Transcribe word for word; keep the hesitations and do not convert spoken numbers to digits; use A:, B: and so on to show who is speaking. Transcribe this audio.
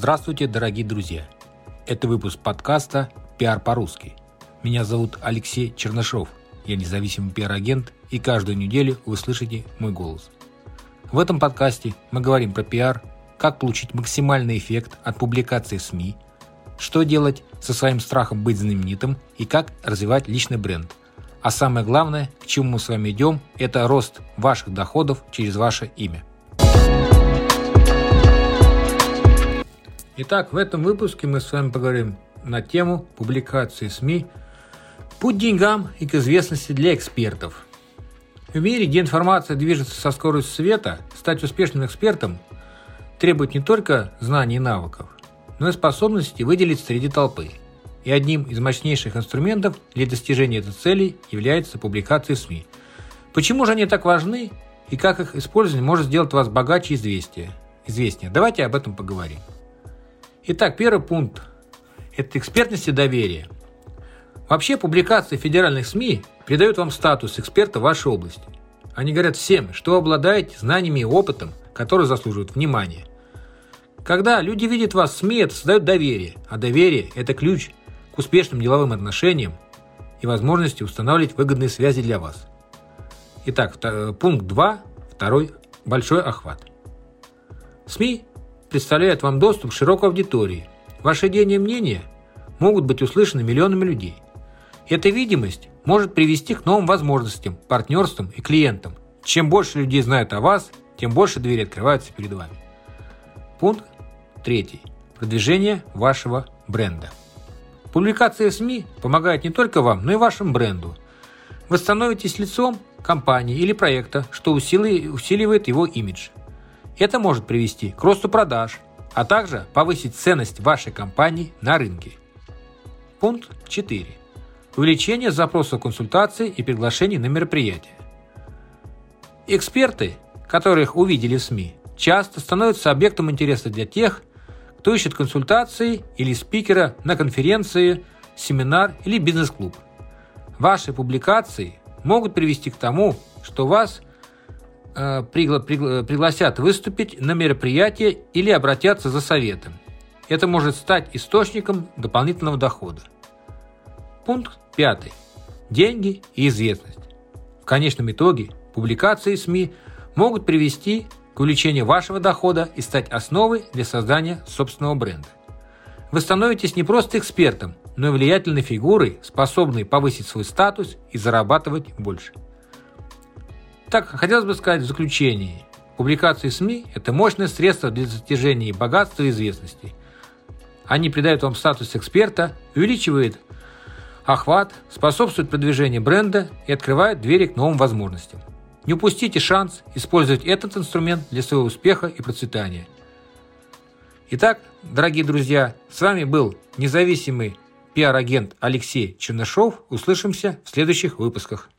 A: Здравствуйте, дорогие друзья! Это выпуск подкаста «Пиар по-русски». Меня зовут Алексей Чернышов. Я независимый пиар-агент, и каждую неделю вы слышите мой голос. В этом подкасте мы говорим про пиар, как получить максимальный эффект от публикации в СМИ, что делать со своим страхом быть знаменитым и как развивать личный бренд. А самое главное, к чему мы с вами идем, это рост ваших доходов через ваше имя. Итак, в этом выпуске мы с вами поговорим на тему публикации в СМИ «Путь к деньгам и к известности для экспертов». В мире, где информация движется со скоростью света, стать успешным экспертом требует не только знаний и навыков, но и способности выделить среди толпы. И одним из мощнейших инструментов для достижения этой цели является публикация в СМИ. Почему же они так важны и как их использование может сделать вас богаче и известнее? известнее? Давайте об этом поговорим. Итак, первый пункт – это экспертность и доверие. Вообще, публикации в федеральных СМИ придают вам статус эксперта в вашей области. Они говорят всем, что вы обладаете знаниями и опытом, которые заслуживают внимания. Когда люди видят вас в СМИ, это создает доверие, а доверие – это ключ к успешным деловым отношениям и возможности устанавливать выгодные связи для вас. Итак, пункт два, второй – большой охват. СМИ представляют вам доступ к широкой аудитории. Ваши идеи и мнения могут быть услышаны миллионами людей. Эта видимость может привести к новым возможностям, партнерствам и клиентам. Чем больше людей знают о вас, тем больше двери открываются перед вами. Пункт третий. Продвижение вашего бренда. Публикация в СМИ помогает не только вам, но и вашему бренду. Вы становитесь лицом компании или проекта, что усиливает его имидж. Это может привести к росту продаж, а также повысить ценность вашей компании на рынке. Пункт четыре. Увеличение запросов консультаций и приглашений на мероприятия. Эксперты, которых увидели в СМИ, часто становятся объектом интереса для тех, кто ищет консультации или спикера на конференции, семинар или бизнес-клуб. Ваши публикации могут привести к тому, что вас э, пригла- пригла- пригласят выступить на мероприятие или обратятся за советом. Это может стать источником дополнительного дохода. Пункт пятый. Деньги и известность. В конечном итоге публикации в СМИ могут привести к увеличению вашего дохода и стать основой для создания собственного бренда. Вы становитесь не просто экспертом, но и влиятельной фигурой, способной повысить свой статус и зарабатывать больше. Так, хотелось бы сказать в заключении, публикации в СМИ – это мощное средство для достижения богатства и известности. Они придают вам статус эксперта, увеличивают охват, способствуют продвижению бренда и открывают двери к новым возможностям. Не упустите шанс использовать этот инструмент для своего успеха и процветания. Итак, дорогие друзья, с вами был независимый пиар-агент Алексей Чернышов. Услышимся в следующих выпусках.